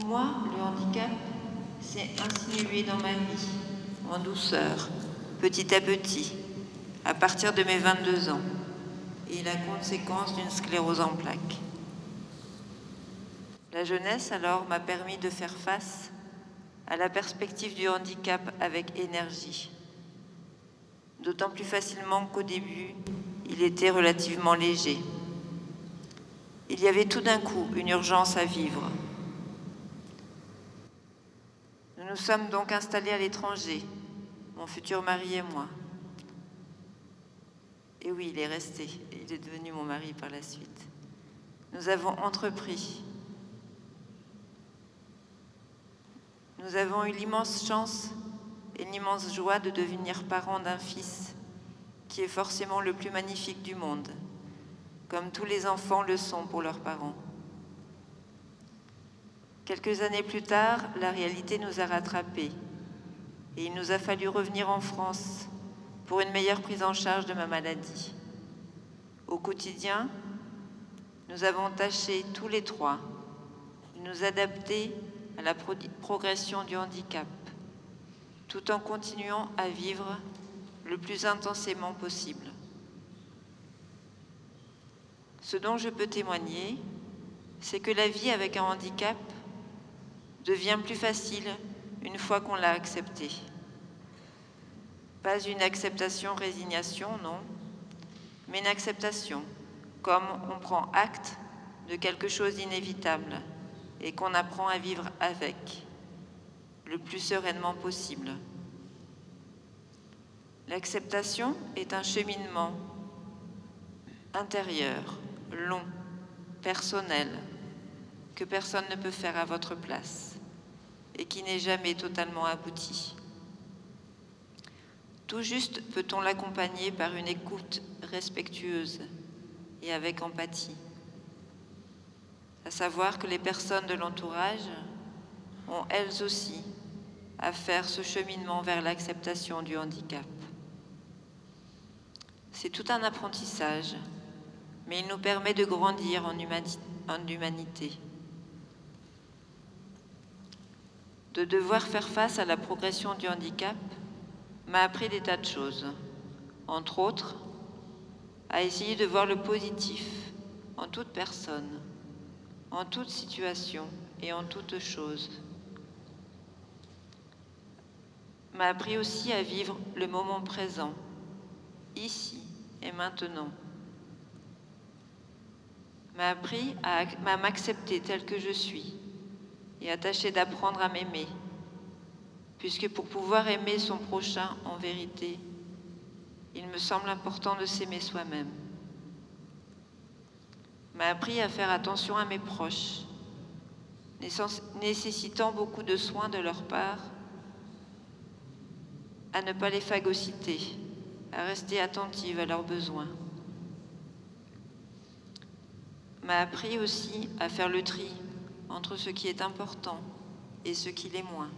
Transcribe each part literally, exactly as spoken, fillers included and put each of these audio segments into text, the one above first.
Pour moi, le handicap s'est insinué dans ma vie, en douceur, petit à petit, à partir de mes vingt-deux ans, et la conséquence d'une sclérose en plaques. La jeunesse, alors, m'a permis de faire face à la perspective du handicap avec énergie, d'autant plus facilement qu'au début, il était relativement léger. Il y avait tout d'un coup une urgence à vivre. Nous nous sommes donc installés à l'étranger, mon futur mari et moi. Et oui, il est resté, il est devenu mon mari par la suite. Nous avons entrepris. Nous avons eu l'immense chance et l'immense joie de devenir parents d'un fils qui est forcément le plus magnifique du monde, comme tous les enfants le sont pour leurs parents. Quelques années plus tard, la réalité nous a rattrapés et il nous a fallu revenir en France pour une meilleure prise en charge de ma maladie. Au quotidien, nous avons tâché tous les trois de nous adapter à la pro- progression du handicap, tout en continuant à vivre le plus intensément possible. Ce dont je peux témoigner, c'est que la vie avec un handicap devient plus facile une fois qu'on l'a accepté. Pas une acceptation-résignation, non, mais une acceptation, comme on prend acte de quelque chose d'inévitable et qu'on apprend à vivre avec, le plus sereinement possible. L'acceptation est un cheminement intérieur, long, personnel, que personne ne peut faire à votre place et qui n'est jamais totalement abouti. Tout juste peut-on l'accompagner par une écoute respectueuse et avec empathie, à savoir que les personnes de l'entourage ont elles aussi à faire ce cheminement vers l'acceptation du handicap. C'est tout un apprentissage, mais il nous permet de grandir en, humani- en humanité. De devoir faire face à la progression du handicap m'a appris des tas de choses, entre autres, à essayer de voir le positif en toute personne, en toute situation et en toute chose. M'a appris aussi à vivre le moment présent, ici et maintenant. M'a appris à, à m'accepter tel que je suis et à tâcher d'apprendre à m'aimer, puisque pour pouvoir aimer son prochain en vérité, il me semble important de s'aimer soi-même. M'a appris à faire attention à mes proches, nécessitant beaucoup de soins de leur part, à ne pas les phagocyter, à rester attentive à leurs besoins. M'a appris aussi à faire le tri entre ce qui est important et ce qui l'est moins.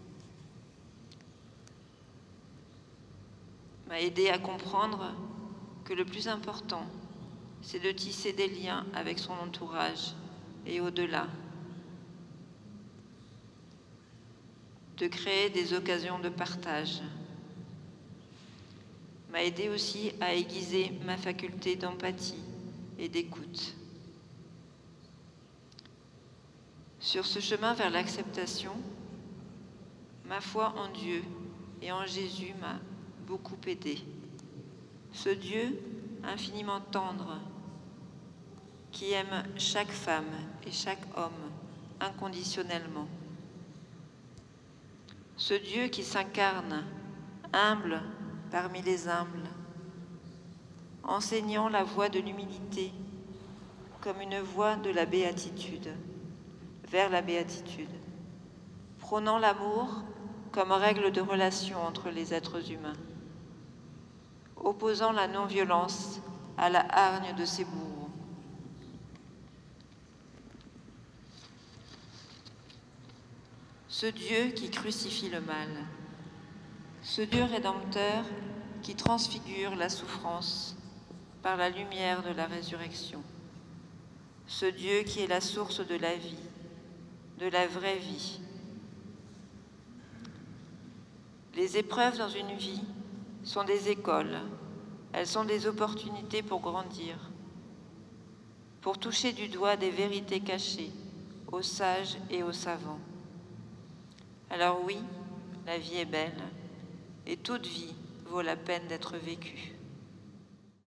M'a aidé à comprendre que le plus important, c'est de tisser des liens avec son entourage et au-delà, de créer des occasions de partage. M'a aidé aussi à aiguiser ma faculté d'empathie et d'écoute. Sur ce chemin vers l'acceptation, ma foi en Dieu et en Jésus m'a beaucoup aidé. Ce Dieu infiniment tendre, qui aime chaque femme et chaque homme inconditionnellement. Ce Dieu qui s'incarne, humble parmi les humbles, enseignant la voie de l'humilité comme une voie de la béatitude, vers la béatitude, prônant l'amour comme règle de relation entre les êtres humains, opposant la non-violence à la hargne de ses bourreaux. Ce Dieu qui crucifie le mal, ce Dieu rédempteur qui transfigure la souffrance par la lumière de la résurrection, ce Dieu qui est la source de la vie, de la vraie vie. Les épreuves dans une vie sont des écoles, elles sont des opportunités pour grandir, pour toucher du doigt des vérités cachées aux sages et aux savants. Alors oui, la vie est belle et toute vie vaut la peine d'être vécue.